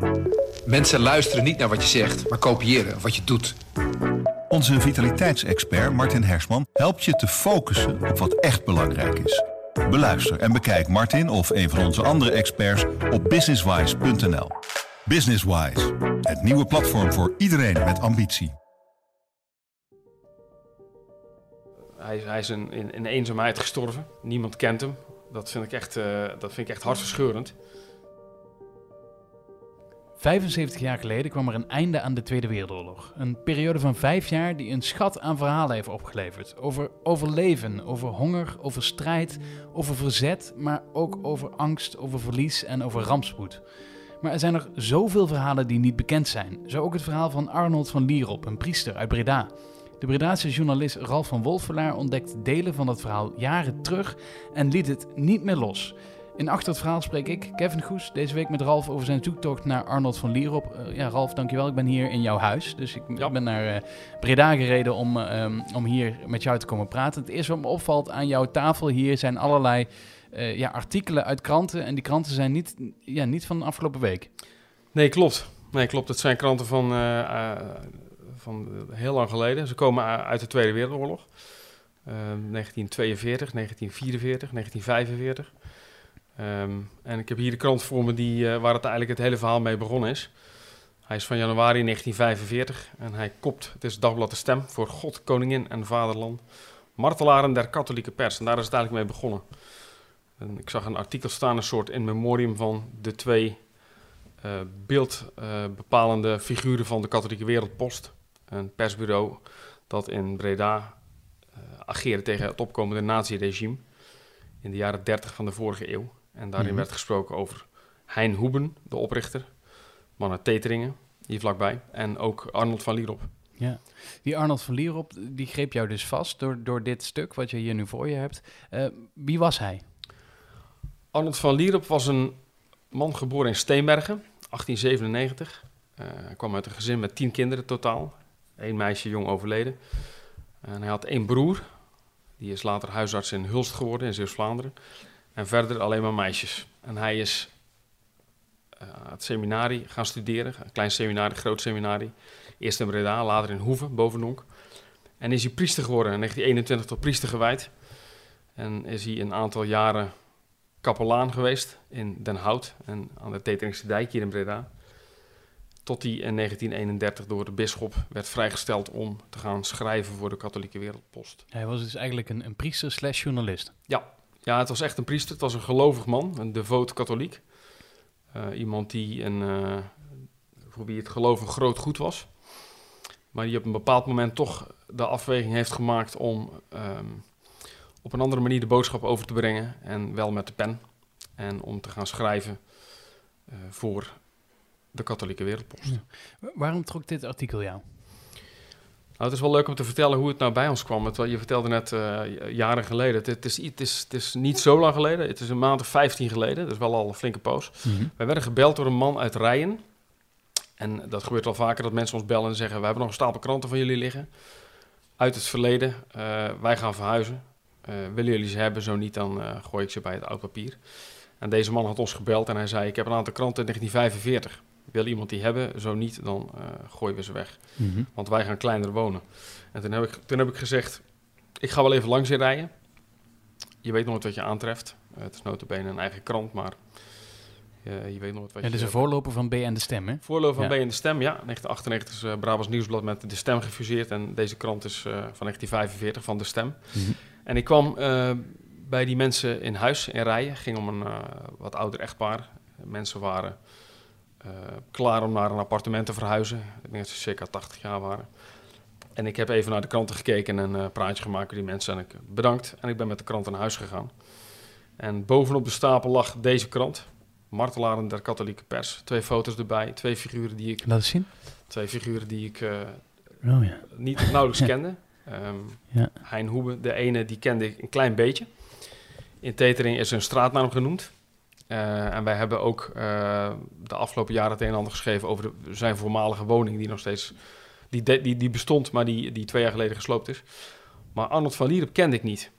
Mensen luisteren niet naar wat je zegt, maar kopiëren wat je doet. Onze vitaliteitsexpert Martin Hersman helpt je te focussen op wat echt belangrijk is. Beluister en bekijk Martin of een van onze andere experts op businesswise.nl. Businesswise, het nieuwe platform voor iedereen met ambitie. Hij is in eenzaamheid gestorven. Niemand kent hem. Dat vind ik echt hartverscheurend. 75 jaar geleden kwam er een einde aan de Tweede Wereldoorlog. Een periode van 5 jaar die een schat aan verhalen heeft opgeleverd. Over overleven, over honger, over strijd, over verzet, maar ook over angst, over verlies en over rampspoed. Maar er zijn nog zoveel verhalen die niet bekend zijn. Zo ook het verhaal van Arnold van Lierop, een priester uit Breda. De Bredaanse journalist Ralf van Wolfelaar ontdekte delen van dat verhaal jaren terug en liet het niet meer los. In Achter het Verhaal spreek ik, Kevin Goes, deze week met Ralf over zijn zoektocht naar Arnold van Lierop. Ralf, dankjewel. Ik ben hier in jouw huis. Dus ik ben naar Breda gereden om hier met jou te komen praten. Het eerste wat me opvalt aan jouw tafel hier zijn allerlei artikelen uit kranten. En die kranten zijn niet van de afgelopen week. Nee, klopt. Het zijn kranten van heel lang geleden. Ze komen uit de Tweede Wereldoorlog. 1942, 1944, 1945. En ik heb hier de krant voor me waar het eigenlijk het hele verhaal mee begonnen is. Hij is van januari 1945 en hij kopt, het is het dagblad De Stem, voor God, Koningin en Vaderland, martelaren der katholieke pers. En daar is het eigenlijk mee begonnen. En ik zag een artikel staan, een soort in memoriam van de twee beeldbepalende figuren van de katholieke wereldpost. Een persbureau dat in Breda ageerde tegen het opkomende nazi-regime in de jaren 30 van de vorige eeuw. En daarin werd gesproken over Hein Hoeben, de oprichter, Manne Teteringen, hier vlakbij, en ook Arnold van Lierop. Ja, die Arnold van Lierop, die greep jou dus vast door dit stuk wat je hier nu voor je hebt. Wie was hij? Arnold van Lierop was een man geboren in Steenbergen, 1897. Hij kwam uit een gezin met 10 kinderen totaal. 1 meisje jong overleden. En hij had 1 broer. Die is later huisarts in Hulst geworden, in Zeeuws-Vlaanderen. En verder alleen maar meisjes. En hij is het seminarie gaan studeren. Een klein seminarie, groot seminarie. Eerst in Breda, later in Hoeve, Bovendonk. En is hij priester geworden. In 1921 tot priester gewijd. En is hij een aantal jaren kapelaan geweest in Den Hout. En aan de Teteringse dijk hier in Breda. Tot hij in 1931 door de bisschop werd vrijgesteld om te gaan schrijven voor de katholieke wereldpost. Hij was dus eigenlijk een priester/journalist. Ja, het was echt een priester. Het was een gelovig man, een devoot katholiek. Iemand die voor wie het geloof een groot goed was. Maar die op een bepaald moment toch de afweging heeft gemaakt om op een andere manier de boodschap over te brengen. En wel met de pen. En om te gaan schrijven voor de katholieke wereldpost. Ja. Waarom trok dit artikel jou? Nou, het is wel leuk om te vertellen hoe het nou bij ons kwam. Je vertelde net jaren geleden. Het is niet zo lang geleden. Het is een maand of 15 geleden. Dat is wel al een flinke poos. Mm-hmm. Wij werden gebeld door een man uit Rijen. En dat gebeurt wel vaker dat mensen ons bellen en zeggen: we hebben nog een stapel kranten van jullie liggen. Uit het verleden. Wij gaan verhuizen. Willen jullie ze hebben? Zo niet, dan gooi ik ze bij het oud papier. En deze man had ons gebeld en hij zei: ik heb een aantal kranten in 1945. Wil iemand die hebben? Zo niet, dan gooien we ze weg. Mm-hmm. Want wij gaan kleiner wonen. En toen heb ik gezegd: ik ga wel even langs in rijden. Je weet nooit wat je aantreft. Het is nota bene een eigen krant, maar je weet nooit wat je... Het is een voorloper van B en de Stem, hè? Voorloper van B en de Stem, ja. 1998 is Brabants Nieuwsblad met de Stem gefuseerd. En deze krant is van 1945 van de Stem. Mm-hmm. En ik kwam bij die mensen in huis in Rijen. Het ging om een wat ouder echtpaar. Mensen waren klaar om naar een appartement te verhuizen. Ik denk dat ze circa 80 jaar waren. En ik heb even naar de kranten gekeken en een praatje gemaakt met die mensen. En ik bedankt. En ik ben met de krant naar huis gegaan. En bovenop de stapel lag deze krant. Martelaren der katholieke pers. 2 foto's erbij. 2 figuren die ik... Laat eens zien. 2 figuren die ik niet of nauwelijks kende. Hein Hoeben, de ene die kende ik een klein beetje. In Tetering is een straatnaam genoemd. En wij hebben ook de afgelopen jaren het een en ander geschreven over zijn voormalige woning, die nog steeds die bestond, maar die 2 jaar geleden gesloopt is. Maar Arnold van Lierop kende ik niet.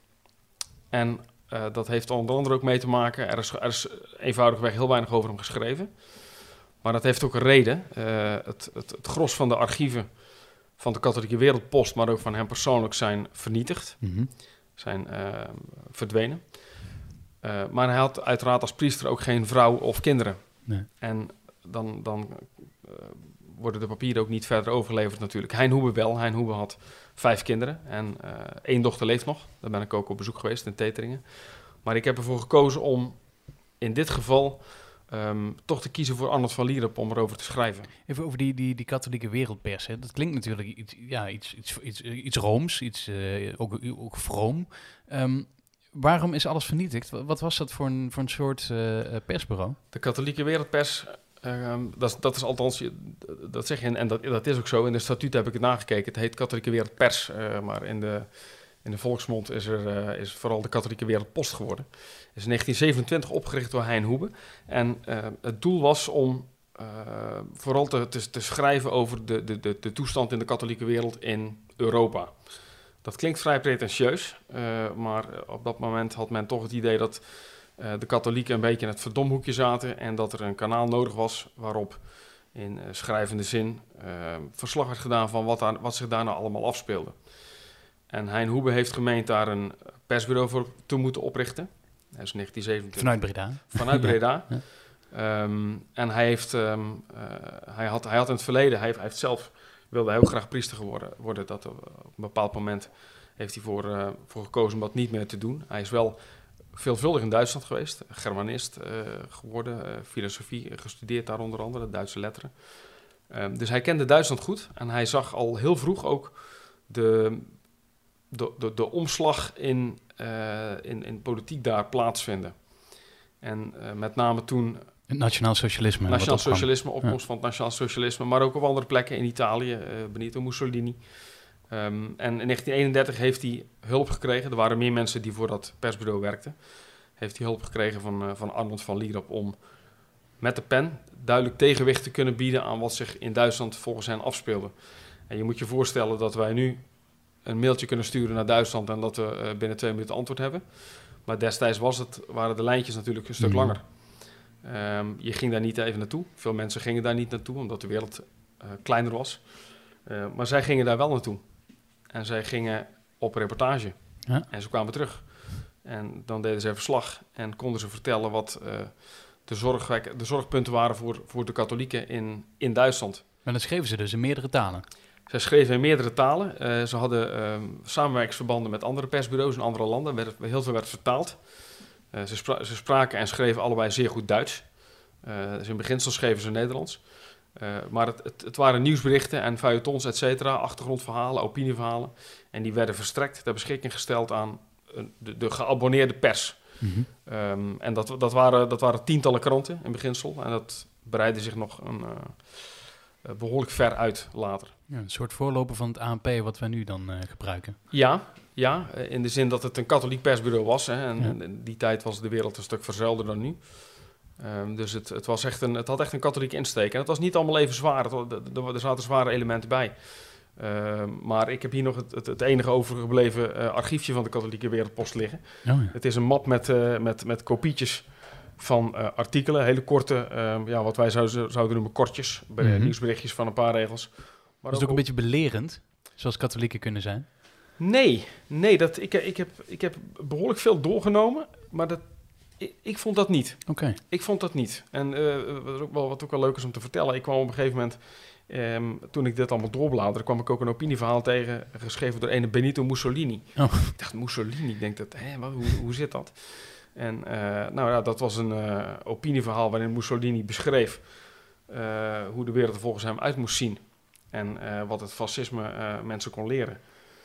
En dat heeft onder andere ook mee te maken, er is eenvoudigweg heel weinig over hem geschreven. Maar dat heeft ook een reden. Het gros van de archieven van de Katholieke Wereldpost, maar ook van hem persoonlijk, zijn vernietigd. Zijn verdwenen. Maar hij had uiteraard als priester ook geen vrouw of kinderen. Nee. En dan worden de papieren ook niet verder overgeleverd natuurlijk. Hein Hoebe wel. Hein Hoebe had 5 kinderen en 1 dochter leeft nog. Daar ben ik ook op bezoek geweest in Teteringen. Maar ik heb ervoor gekozen om in dit geval toch te kiezen voor Arnold van Lierop om erover te schrijven. Even over die katholieke wereldpers. Hè. Dat klinkt natuurlijk iets rooms, ook vroom. Waarom is alles vernietigd? Wat was dat voor een soort persbureau? De katholieke wereldpers, dat is althans, dat zeg je, en dat is ook zo. In de statuut heb ik het nagekeken. Het heet katholieke wereldpers, maar in de volksmond is vooral de katholieke wereldpost geworden. Het is in 1927 opgericht door Hein Hoebe. En het doel was om vooral te schrijven over de toestand in de katholieke wereld in Europa. Dat klinkt vrij pretentieus, maar op dat moment had men toch het idee dat de katholieken een beetje in het verdomhoekje zaten en dat er een kanaal nodig was waarop in schrijvende zin verslag werd gedaan van wat zich daar nou allemaal afspeelde. En Hein Hoebe heeft gemeend daar een persbureau voor te moeten oprichten. Dat is 1927. Vanuit Breda. Vanuit Breda. Ja. En hij had in het verleden, wilde hij ook graag priester worden. Dat op een bepaald moment heeft hij voor gekozen om dat niet meer te doen. Hij is wel veelvuldig in Duitsland geweest, Germanist geworden, filosofie gestudeerd daar onder andere, Duitse letteren. Dus hij kende Duitsland goed en hij zag al heel vroeg ook de omslag in politiek daar plaatsvinden. En met name toen Het nationaal socialisme. Nationaal socialisme, opkomst van het nationaal socialisme, maar ook op andere plekken in Italië, Benito Mussolini. En in 1931 heeft hij hulp gekregen. Er waren meer mensen die voor dat persbureau werkten. Heeft hij hulp gekregen van Arnold van Lierop om met de pen duidelijk tegenwicht te kunnen bieden aan wat zich in Duitsland volgens hen afspeelde. En je moet je voorstellen dat wij nu een mailtje kunnen sturen naar Duitsland en dat we binnen 2 minuten antwoord hebben. Maar destijds waren de lijntjes natuurlijk een stuk langer. Je ging daar niet even naartoe. Veel mensen gingen daar niet naartoe, omdat de wereld kleiner was. Maar zij gingen daar wel naartoe. En zij gingen op reportage. Ja. En ze kwamen terug. En dan deden ze verslag en konden ze vertellen wat de zorgpunten waren voor de katholieken in Duitsland. Maar dan schreven ze dus in meerdere talen. Zij schreven in meerdere talen. Ze hadden samenwerkingsverbanden met andere persbureaus in andere landen. Heel veel werd vertaald. Ze spraken en schreven allebei zeer goed Duits. Dus in beginsel schreven ze Nederlands. Maar het waren nieuwsberichten en feuilletons, et cetera, achtergrondverhalen, opinieverhalen. En die werden verstrekt, ter beschikking gesteld aan de geabonneerde pers. En dat waren tientallen kranten in beginsel. En dat breidde zich nog behoorlijk ver uit later. Ja, een soort voorloper van het ANP wat wij nu dan gebruiken. Ja, in de zin dat het een katholiek persbureau was. Hè, en in die tijd was de wereld een stuk verzuilder dan nu. Dus het had echt een katholieke insteek. En het was niet allemaal even zwaar. Er zaten zware elementen bij. Maar ik heb hier nog het enige overgebleven archiefje van de katholieke wereldpost liggen. Oh, ja. Het is een map met kopietjes van artikelen. Hele korte, wat wij zouden noemen kortjes. Nieuwsberichtjes van een paar regels. Maar is het ook een beetje belerend, zoals katholieken kunnen zijn? Nee, ik heb behoorlijk veel doorgenomen, maar ik vond dat niet. Oké. Ik vond dat niet. En wat ook wel leuk is om te vertellen, ik kwam op een gegeven moment, toen ik dit allemaal doorbladerde, kwam ik ook een opinieverhaal tegen, geschreven door ene Benito Mussolini. Oh. Ik dacht, Mussolini, ik denk dat, hoe zit dat? En dat was een opinieverhaal waarin Mussolini beschreef hoe de wereld er volgens hem uit moest zien. En wat het fascisme mensen kon leren.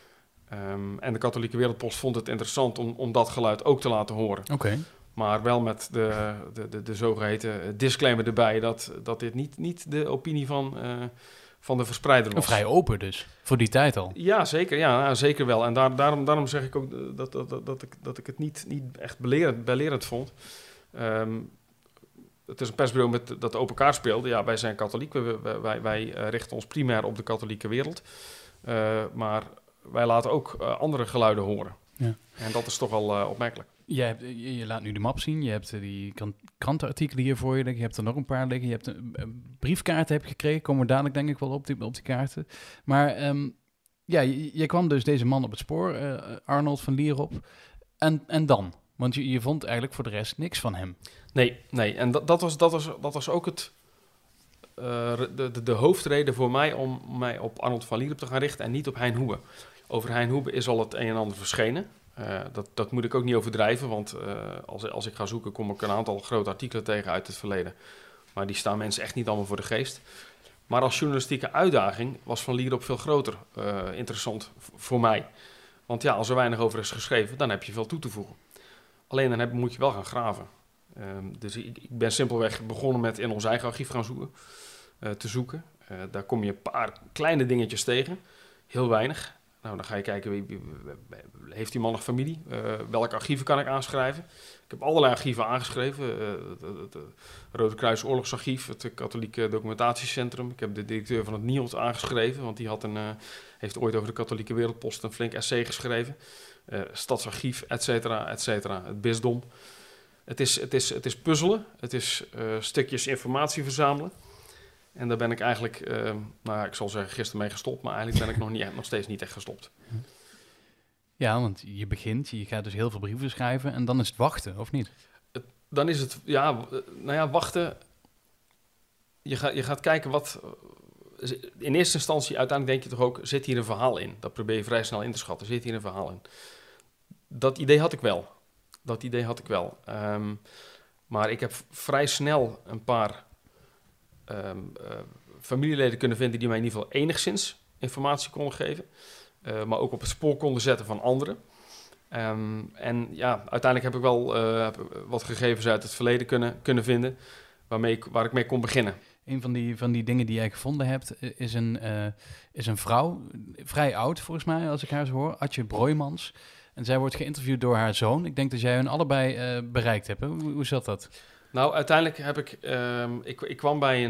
En de katholieke wereldpost vond het interessant om dat geluid ook te laten horen. Oké. Maar wel met de zogeheten disclaimer erbij dat dit niet de opinie van de verspreider was. Vrij open dus, voor die tijd al. Ja, zeker. Ja, zeker wel. En daarom zeg ik ook dat ik het niet echt belerend vond. Het is een persbureau dat open kaart speelde. Ja, wij zijn katholiek. Wij richten ons primair op de katholieke wereld. Maar wij laten ook andere geluiden horen. Ja. En dat is toch wel opmerkelijk. Je laat nu de map zien. Je hebt die krantenartikelen hier voor je liggen. Je hebt er nog een paar liggen. Je hebt briefkaarten hebt gekregen. Komen we dadelijk denk ik wel op die kaarten. Maar je kwam dus deze man op het spoor, Arnold van Lierop. En dan? Want je vond eigenlijk voor de rest niks van hem. Nee. En dat was ook de hoofdreden voor mij om mij op Arnold van Lierop te gaan richten en niet op Hein Hoebe. Over Hein Hoebe is al het een en ander verschenen. Dat moet ik ook niet overdrijven, want als ik ga zoeken kom ik een aantal grote artikelen tegen uit het verleden. Maar die staan mensen echt niet allemaal voor de geest. Maar als journalistieke uitdaging was Van Lierop veel groter interessant voor mij. Want ja, als er weinig over is geschreven, dan heb je veel toe te voegen. Alleen dan moet je wel gaan graven. Dus ik ben simpelweg begonnen met in ons eigen archief gaan zoeken. Daar kom je een paar kleine dingetjes tegen. Heel weinig. Nou, dan ga je kijken, heeft die man nog familie? Welke archieven kan ik aanschrijven? Ik heb allerlei archieven aangeschreven. Het Rode Kruis Oorlogsarchief, het Katholieke Documentatiecentrum. Ik heb de directeur van het NIOD aangeschreven, want die heeft ooit over de Katholieke Wereldpost een flink essay geschreven. Stadsarchief, et cetera, het bisdom. Het is puzzelen, het is stukjes informatie verzamelen. En daar ben ik eigenlijk, ik zal zeggen gisteren mee gestopt, maar eigenlijk ben ik nog steeds niet echt gestopt. Ja, want je gaat dus heel veel brieven schrijven en dan is het wachten, of niet? Dan is het, wachten. Je gaat kijken wat. In eerste instantie, uiteindelijk denk je toch ook, zit hier een verhaal in? Dat probeer je vrij snel in te schatten. Zit hier een verhaal in? Dat idee had ik wel. Maar ik heb vrij snel een paar familieleden kunnen vinden die mij in ieder geval enigszins informatie konden geven. Maar ook op het spoor konden zetten van anderen. En ja, uiteindelijk heb ik wel wat gegevens uit het verleden kunnen vinden waar ik mee kon beginnen. Een van die dingen die jij gevonden hebt is een vrouw, vrij oud volgens mij als ik haar zo hoor, Adje Broijmans. En zij wordt geïnterviewd door haar zoon. Ik denk dat jij hun allebei bereikt hebt. Hè? Hoe zat dat? Nou, uiteindelijk heb ik kwam bij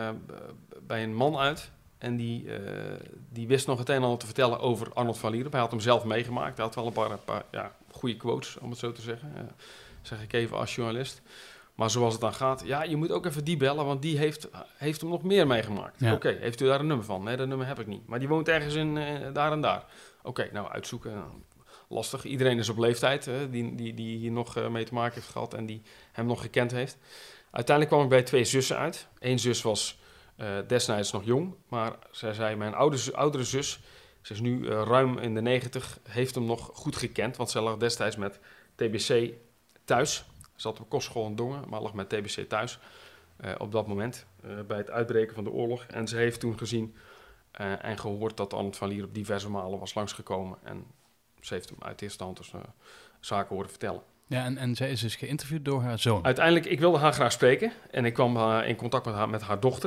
een man uit en die wist nog het een en ander te vertellen over Arnold van Lierop. Hij had hem zelf meegemaakt. Hij had wel een paar goede quotes, om het zo te zeggen. Zeg ik even als journalist. Maar zoals het dan gaat, ja, je moet ook even die bellen, want die heeft hem nog meer meegemaakt. Ja. Oké, heeft u daar een nummer van? Nee, dat nummer heb ik niet. Maar die woont ergens in daar en daar. Oké, nou, uitzoeken. Lastig. Iedereen is op leeftijd die hier nog mee te maken heeft gehad en die hem nog gekend heeft. Uiteindelijk kwam ik bij 2 zussen uit. Eén zus was destijds nog jong, maar zij zei, mijn oudere zus, ze is nu ruim in de 90, heeft hem nog goed gekend, want zij lag destijds met TBC thuis. Ze zat op kostschool in Dongen, maar lag met TBC thuis op dat moment, bij het uitbreken van de oorlog. En ze heeft toen gezien en gehoord dat Arnold van Lierop diverse malen was langsgekomen. En ze heeft hem uit eerste hand dus zaken horen vertellen. Ja, en zij is dus geïnterviewd door haar zoon? Uiteindelijk, ik wilde haar graag spreken en ik kwam in contact met haar dochter.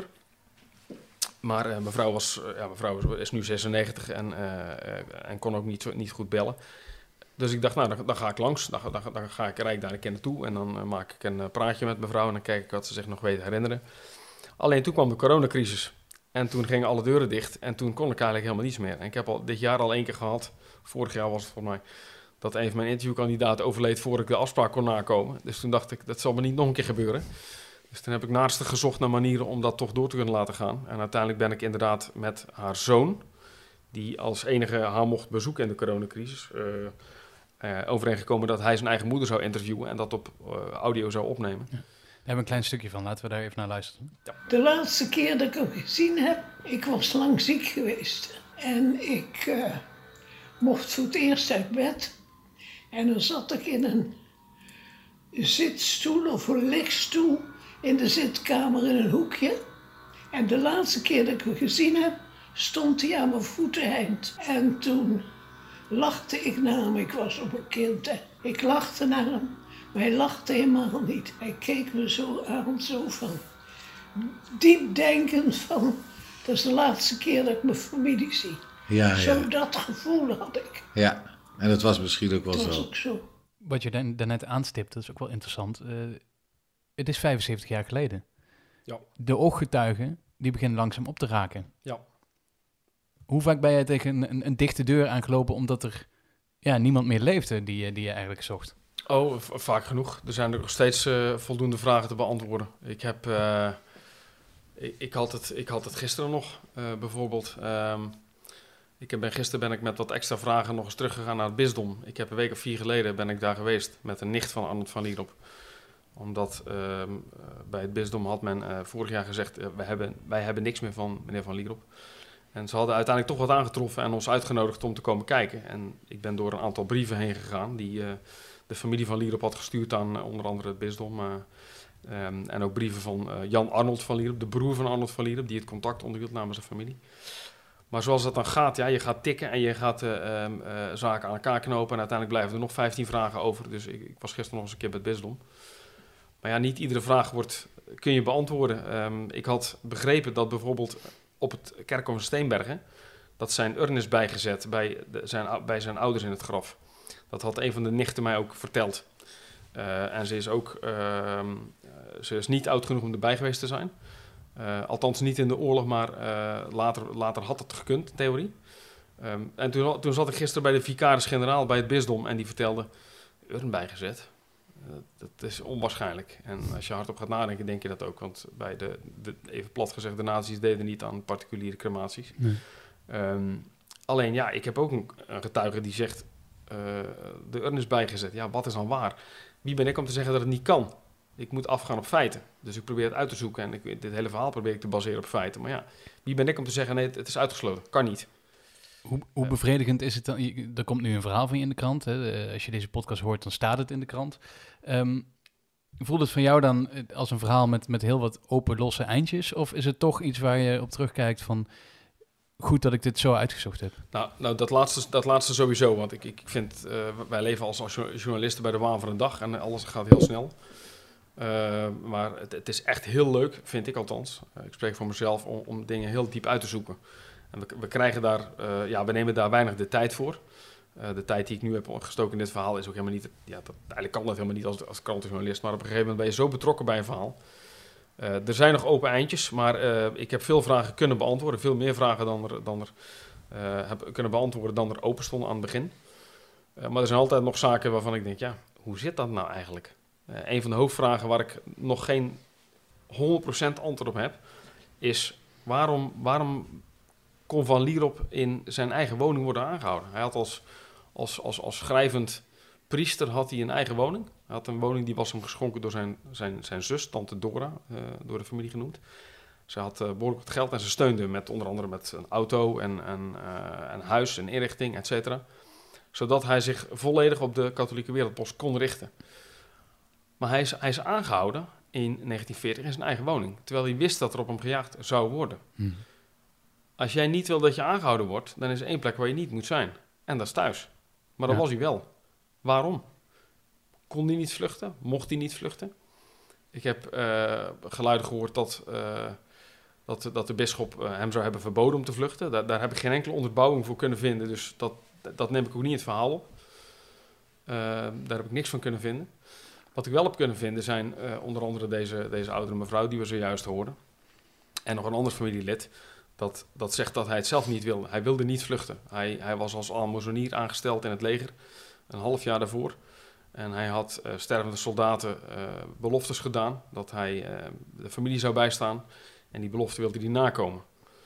Maar mevrouw is nu 96 en kon ook niet goed bellen. Dus ik dacht, nou, dan ga ik langs. Dan rijd ik daar een keer naartoe en dan maak ik een praatje met mevrouw en dan kijk ik wat ze zich nog weet herinneren. Alleen toen kwam de coronacrisis en toen gingen alle deuren dicht en toen kon ik eigenlijk helemaal niets meer. En ik heb dit jaar al 1 keer gehad, vorig jaar was het volgens mij, dat een van mijn interviewkandidaten overleed voor ik de afspraak kon nakomen. Dus toen dacht ik, dat zal me niet nog een keer gebeuren. Dus toen heb ik naastig gezocht naar manieren om dat toch door te kunnen laten gaan. En uiteindelijk ben ik inderdaad met haar zoon, die als enige haar mocht bezoeken in de coronacrisis, overeengekomen dat hij zijn eigen moeder zou interviewen en dat op audio zou opnemen. Ja. We hebben een klein stukje van, laten we daar even naar luisteren. Ja. De laatste keer dat ik hem gezien heb, ik was lang ziek geweest. En ik mocht voor het eerst uit bed. En dan zat ik in een zitstoel of een lichtstoel in de zitkamer in een hoekje. En de laatste keer dat ik hem gezien heb, stond hij aan mijn voeteneind. En toen lachte ik naar hem. Ik was op een kind. Hè. Ik lachte naar hem, maar hij lachte helemaal niet. Hij keek me zo aan, zo van diep denkend van, dat is de laatste keer dat ik mijn familie zie. Ja, zo dat gevoel had ik. Ja, en dat was misschien ook wel zo. Dat was ook zo. Wat je daarnet aanstipt, dat is ook wel interessant. Het is 75 jaar geleden. Ja. De ooggetuigen, die beginnen langzaam op te raken. Ja. Hoe vaak ben jij tegen een dichte deur aangelopen omdat er niemand meer leefde die je eigenlijk zocht? Oh, vaak genoeg. Er zijn nog steeds voldoende vragen te beantwoorden. Ik heb Ik had het gisteren nog, bijvoorbeeld. Gisteren ben ik met wat extra vragen nog eens teruggegaan naar het bisdom. Ik heb een week of 4 geleden ben ik daar geweest met een nicht van Arnold van Lierop. Omdat bij het bisdom had men vorig jaar gezegd, wij hebben niks meer van meneer van Lierop. En ze hadden uiteindelijk toch wat aangetroffen en ons uitgenodigd om te komen kijken. En ik ben door een aantal brieven heen gegaan die de familie van Lierop had gestuurd aan onder andere het bisdom. En ook brieven van Jan Arnold van Lierop, de broer van Arnold van Lierop, die het contact onderhield namens de familie. Maar zoals dat dan gaat, ja, je gaat tikken en je gaat zaken aan elkaar knopen. En uiteindelijk blijven er nog 15 vragen over. Dus ik was gisteren nog eens een keer bij het bisdom. Maar ja, niet iedere vraag kun je beantwoorden. Ik had begrepen dat bijvoorbeeld op het kerkhof van Steenbergen, dat zijn urn is bijgezet bij zijn ouders in het graf. Dat had een van de nichten mij ook verteld. En ze is niet oud genoeg om erbij geweest te zijn. Althans niet in de oorlog, maar later had het gekund, in theorie. En toen zat ik gisteren bij de vicaris-generaal bij het bisdom en die vertelde, urn bijgezet. Dat is onwaarschijnlijk. En als je hardop gaat nadenken, denk je dat ook. Want bij even plat gezegd, de nazi's deden niet aan particuliere crematies. Nee. Alleen ja, ik heb ook een getuige die zegt, de urn is bijgezet. Ja, wat is dan waar? Wie ben ik om te zeggen dat het niet kan? Ik moet afgaan op feiten. Dus ik probeer het uit te zoeken en dit hele verhaal probeer ik te baseren op feiten. Maar ja, wie ben ik om te zeggen, nee, het is uitgesloten. Kan niet. Hoe bevredigend is het dan? Er komt nu een verhaal van je in de krant. Hè? Als je deze podcast hoort, dan staat het in de krant. Voelt het van jou dan als een verhaal met heel wat open, losse eindjes? Of is het toch iets waar je op terugkijkt van, goed dat ik dit zo uitgezocht heb? Nou dat laatste sowieso. Want ik vind, wij leven als journalisten bij de waan van de dag en alles gaat heel snel. Maar het is echt heel leuk, vind ik althans. Ik spreek voor mezelf om dingen heel diep uit te zoeken. En we krijgen daar, we nemen daar weinig de tijd voor. De tijd die ik nu heb gestoken in dit verhaal is ook helemaal niet, eigenlijk kan dat helemaal niet als krantenjournalist, maar op een gegeven moment ben je zo betrokken bij een verhaal. Er zijn nog open eindjes, maar ik heb veel vragen kunnen beantwoorden, veel meer vragen dan er heb kunnen beantwoorden dan er open stonden aan het begin. Maar er zijn altijd nog zaken waarvan ik denk, ja, hoe zit dat nou eigenlijk? Een van de hoofdvragen waar ik nog geen 100% antwoord op heb, is waarom kon Van Lierop in zijn eigen woning worden aangehouden? Hij had als schrijvend priester had hij een eigen woning. Hij had een woning die was hem geschonken door zijn zus, tante Dora, door de familie genoemd. Ze had behoorlijk wat geld en ze steunde onder andere met een auto en huis en inrichting, et cetera. Zodat hij zich volledig op de katholieke wereldpost kon richten. Maar hij is aangehouden in 1940 in zijn eigen woning, terwijl hij wist dat er op hem gejaagd zou worden. Als jij niet wil dat je aangehouden wordt, dan is er één plek waar je niet moet zijn. En dat is thuis. Maar dat was hij wel. Waarom? Kon hij niet vluchten? Mocht hij niet vluchten? Ik heb geluiden gehoord dat de bisschop hem zou hebben verboden om te vluchten. Daar heb ik geen enkele onderbouwing voor kunnen vinden. Dus dat neem ik ook niet in het verhaal op. Daar heb ik niks van kunnen vinden. Wat ik wel heb kunnen vinden zijn onder andere deze oudere mevrouw die we zojuist hoorden. En nog een ander familielid. Dat zegt dat hij het zelf niet wilde. Hij wilde niet vluchten. Hij was als almozenier aangesteld in het leger, een half jaar daarvoor. En hij had stervende soldaten beloftes gedaan, dat hij de familie zou bijstaan. En die belofte wilde hij nakomen.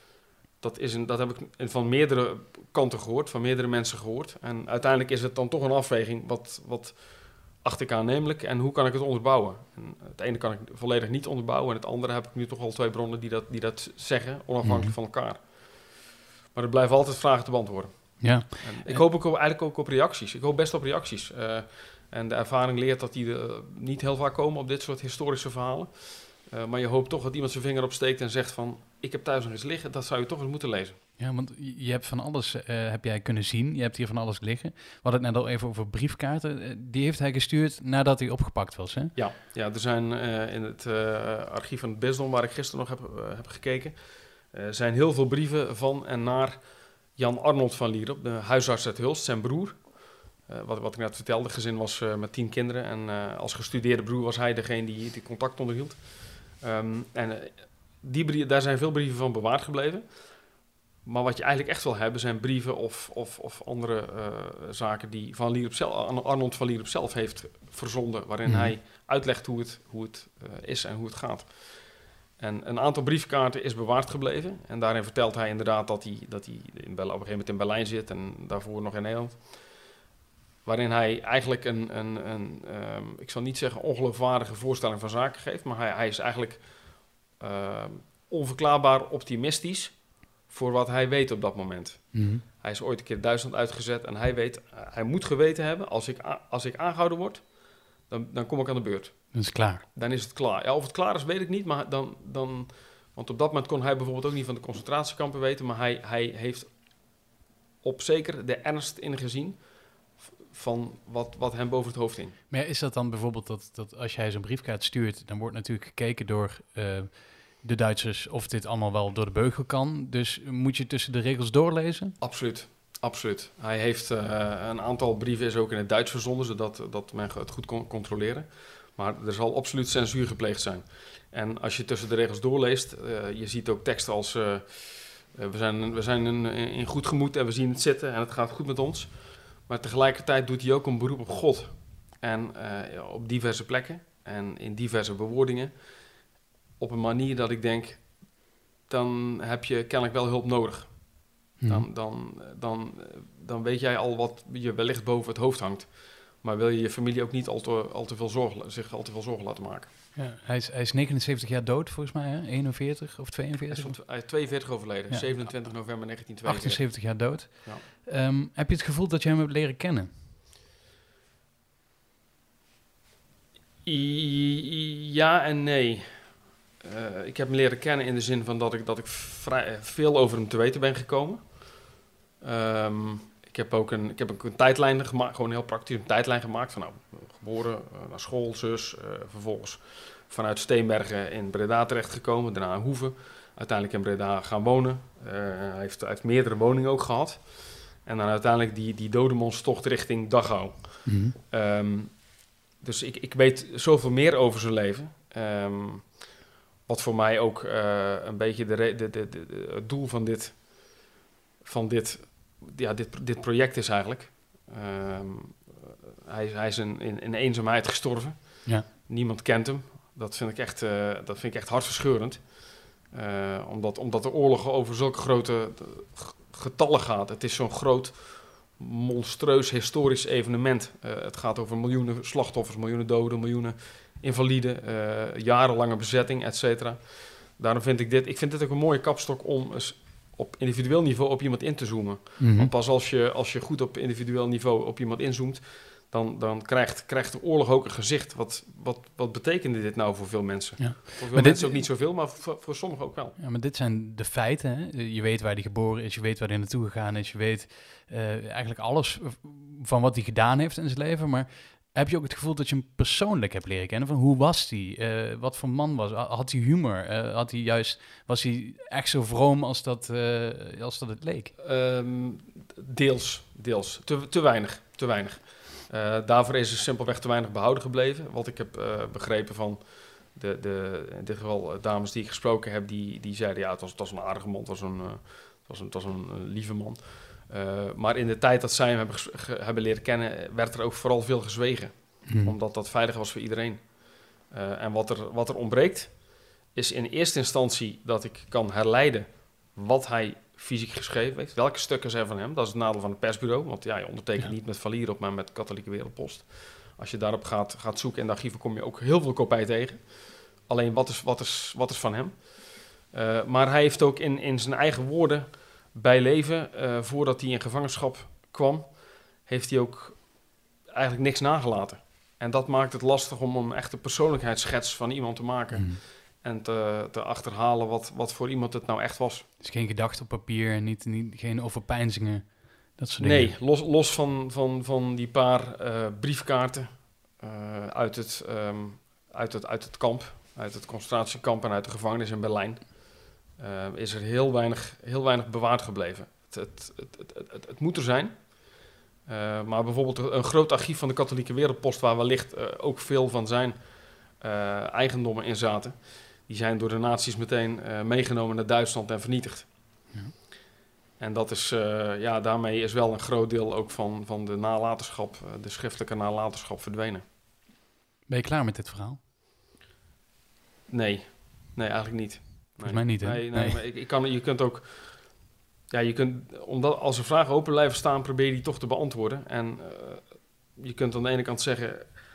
Dat heb ik van meerdere kanten gehoord, van meerdere mensen gehoord. En uiteindelijk is het dan toch een afweging, wat acht ik aannemelijk en hoe kan ik het onderbouwen? En het ene kan ik volledig niet onderbouwen en het andere heb ik nu toch al 2 bronnen die dat zeggen, onafhankelijk van elkaar. Maar er blijven altijd vragen te beantwoorden. Ja. En ik hoop eigenlijk ook op reacties. Ik hoop best op reacties. En de ervaring leert dat die niet heel vaak komen op dit soort historische verhalen. Maar je hoopt toch dat iemand zijn vinger opsteekt en zegt van, ik heb thuis nog iets liggen, dat zou je toch eens moeten lezen. Ja, want je hebt van alles heb jij kunnen zien. Je hebt hier van alles liggen. We hadden het net al even over briefkaarten. Die heeft hij gestuurd nadat hij opgepakt was, hè? Ja, er zijn in het archief van het bisdom, waar ik gisteren nog heb gekeken, zijn heel veel brieven van en naar Jan Arnold van Lierop, de huisarts uit Hulst, zijn broer. Wat ik net vertelde, het gezin was met 10 kinderen. En als gestudeerde broer was hij degene die contact onderhield. Daar zijn veel brieven van bewaard gebleven. Maar wat je eigenlijk echt wil hebben zijn brieven of andere zaken die Arnold van Lierop zelf heeft verzonden. Waarin hij uitlegt hoe het is en hoe het gaat. En een aantal briefkaarten is bewaard gebleven. En daarin vertelt hij inderdaad dat hij op een gegeven moment in Berlijn zit en daarvoor nog in Nederland. Waarin hij eigenlijk ik zal niet zeggen ongeloofwaardige voorstelling van zaken geeft, maar hij is eigenlijk onverklaarbaar optimistisch voor wat hij weet op dat moment. Mm-hmm. Hij is ooit een keer Duitsland uitgezet en hij moet geweten hebben, als ik aangehouden word, dan kom ik aan de beurt. Dat is klaar. Dan is het klaar. Ja, of het klaar is, weet ik niet, maar want op dat moment kon hij bijvoorbeeld ook niet van de concentratiekampen weten, maar hij heeft op zeker de ernst ingezien van wat hem boven het hoofd hing. Maar is dat dan bijvoorbeeld dat als jij zo'n briefkaart stuurt, dan wordt natuurlijk gekeken door de Duitsers of dit allemaal wel door de beugel kan. Dus moet je tussen de regels doorlezen? Absoluut, absoluut. Hij heeft een aantal brieven is ook in het Duits verzonden, zodat men het goed kon controleren. Maar er zal absoluut censuur gepleegd zijn. En als je tussen de regels doorleest, je ziet ook teksten als we zijn in goed gemoed en we zien het zitten en het gaat goed met ons. Maar tegelijkertijd doet hij ook een beroep op God. En op diverse plekken en in diverse bewoordingen. Op een manier dat ik denk, dan heb je kennelijk wel hulp nodig. Dan weet jij al wat je wellicht boven het hoofd hangt. Maar wil je familie ook niet al te veel zorgen laten maken. Ja, hij is 79 jaar dood volgens mij, hè? 41 of 42? Hij is 42 overleden, Ja. 27 november 1942. 78 jaar dood. Ja. Heb je het gevoel dat je hem hebt leren kennen? Ja en nee. Ik heb hem leren kennen in de zin van dat ik vrij veel over hem te weten ben gekomen. Ik heb ook een tijdlijn gemaakt, gewoon heel praktisch een tijdlijn gemaakt. Van geboren, naar school, zus, vervolgens vanuit Steenbergen in Breda terechtgekomen, daarna in Hoeve. Uiteindelijk in Breda gaan wonen. Hij heeft meerdere woningen ook gehad. En dan uiteindelijk die dodemonstocht richting Dachau. Mm-hmm. Dus ik weet zoveel meer over zijn leven. Wat voor mij ook een beetje het doel van dit project is eigenlijk. Hij is in eenzaamheid gestorven. Ja. Niemand kent hem. Dat vind ik echt hartverscheurend. Omdat de oorlog over zulke grote getallen gaat. Het is zo'n groot, monstrueus historisch evenement. Het gaat over miljoenen slachtoffers, miljoenen doden, miljoenen invaliden, jarenlange bezetting, et cetera. Daarom vind ik dit ook een mooie kapstok om eens op individueel niveau op iemand in te zoomen. Mm-hmm. Want pas als je goed op individueel niveau op iemand inzoomt, dan krijgt de oorlog ook een gezicht. Wat betekende dit nou voor veel mensen? Ja. Voor veel mensen ook niet zoveel, maar voor sommigen ook wel. Ja, maar dit zijn de feiten. Hè? Je weet waar hij geboren is, je weet waar hij naartoe gegaan is, je weet eigenlijk alles van wat hij gedaan heeft in zijn leven. Maar heb je ook het gevoel dat je hem persoonlijk hebt leren kennen? Van hoe was hij? Wat voor man was hij? Had hij humor? Was hij echt zo vroom als dat het leek? Deels. Te weinig. Daarvoor is er simpelweg te weinig behouden gebleven. Wat ik heb begrepen van in dit geval dames die ik gesproken heb, die zeiden ja, het was een aardige man, het was een lieve man. Maar in de tijd dat zij hem hebben leren kennen, werd er ook vooral veel gezwegen. Omdat dat veilig was voor iedereen. En wat er ontbreekt, is in eerste instantie dat ik kan herleiden wat hij fysiek geschreven heeft. Welke stukken zijn van hem? Dat is het nadeel van het persbureau. Want ja, je ondertekent niet met Van Lierop, maar met Katholieke Wereldpost. Als je daarop gaat zoeken in de archieven, kom je ook heel veel kopij tegen. Alleen, wat is van hem? Maar hij heeft ook in zijn eigen woorden bij leven, voordat hij in gevangenschap kwam, heeft hij ook eigenlijk niks nagelaten. En dat maakt het lastig om een echte persoonlijkheidsschets van iemand te maken. En te achterhalen wat voor iemand het nou echt was. Dus geen gedachten op papier en geen overpeinzingen, dat soort dingen? Nee, los van die paar briefkaarten uit het kamp, uit het concentratiekamp en uit de gevangenis in Berlijn, is er heel weinig bewaard gebleven. Het moet er zijn. Maar bijvoorbeeld een groot archief van de Katholieke Wereldpost, waar wellicht ook veel van zijn eigendommen in zaten, die zijn door de nazi's meteen meegenomen naar Duitsland en vernietigd. Ja. En dat is, daarmee is wel een groot deel ook van de nalatenschap, de schriftelijke nalatenschap verdwenen. Ben je klaar met dit verhaal? Nee, Nee, eigenlijk niet. Volgens mij niet, hè? Nee. Maar je kunt ook... Ja, omdat als er vragen open blijven staan, probeer je die toch te beantwoorden. En je kunt aan de ene kant zeggen...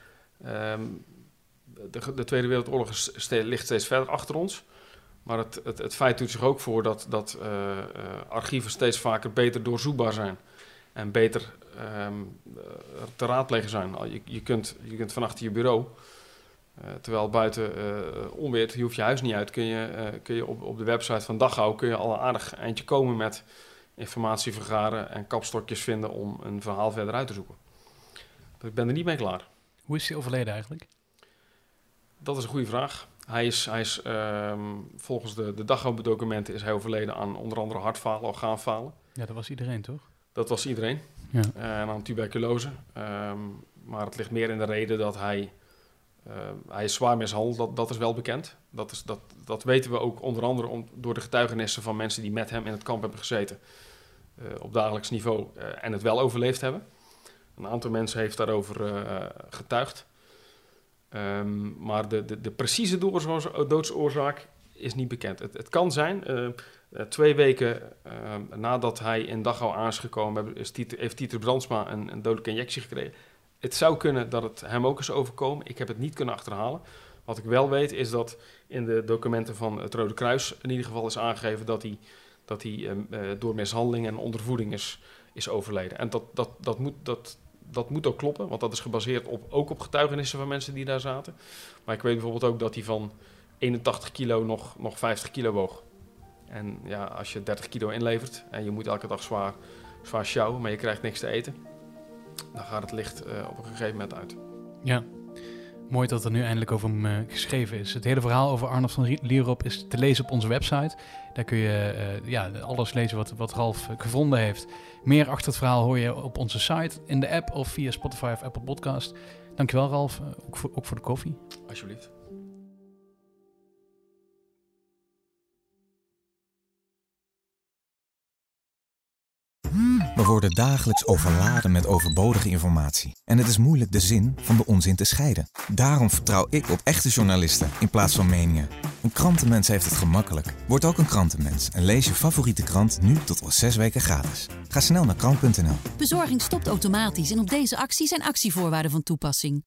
De Tweede Wereldoorlog ligt steeds verder achter ons. Maar het feit doet zich ook voor dat archieven steeds vaker beter doorzoekbaar zijn. En beter te raadplegen zijn. Je kunt van achter je bureau... terwijl buiten onweert, je hoeft je huis niet uit, kun je op de website van Dachau kun je al een aardig eindje komen met informatie vergaren en kapstokjes vinden om een verhaal verder uit te zoeken. Ik ben er niet mee klaar. Hoe is hij overleden eigenlijk? Dat is een goede vraag. Hij is volgens de Dachau-documenten is hij overleden aan onder andere hartfalen, orgaanfalen. Ja, dat was iedereen, toch? Dat was iedereen. Ja. En aan tuberculose. Maar het ligt meer in de reden dat hij is zwaar mishandeld, dat is wel bekend. Dat weten we ook onder andere door de getuigenissen van mensen die met hem in het kamp hebben gezeten. Op dagelijks niveau en het wel overleefd hebben. Een aantal mensen heeft daarover getuigd. Maar de precieze doodsoorzaak is niet bekend. Het kan zijn, 2 weken nadat hij in Dachau aan is gekomen, heeft Dieter Brandsma een dodelijke injectie gekregen. Het zou kunnen dat het hem ook is overkomen. Ik heb het niet kunnen achterhalen. Wat ik wel weet is dat in de documenten van het Rode Kruis in ieder geval is aangegeven dat hij door mishandeling en ondervoeding is overleden. En dat moet ook kloppen, want dat is gebaseerd ook op getuigenissen van mensen die daar zaten. Maar ik weet bijvoorbeeld ook dat hij van 81 kilo nog 50 kilo woog. En ja, als je 30 kilo inlevert en je moet elke dag zwaar sjouwen, maar je krijgt niks te eten, dan gaat het licht op een gegeven moment uit. Ja, mooi dat er nu eindelijk over hem geschreven is. Het hele verhaal over Arnold van Lierop is te lezen op onze website. Daar kun je alles lezen wat Ralf gevonden heeft. Meer achter het verhaal hoor je op onze site, in de app of via Spotify of Apple Podcast. Dankjewel Ralf, ook voor de koffie. Alsjeblieft. We worden dagelijks overladen met overbodige informatie. En het is moeilijk de zin van de onzin te scheiden. Daarom vertrouw ik op echte journalisten in plaats van meningen. Een krantenmens heeft het gemakkelijk. Word ook een krantenmens en lees je favoriete krant nu tot al 6 weken gratis. Ga snel naar krant.nl. Bezorging stopt automatisch en op deze actie zijn actievoorwaarden van toepassing.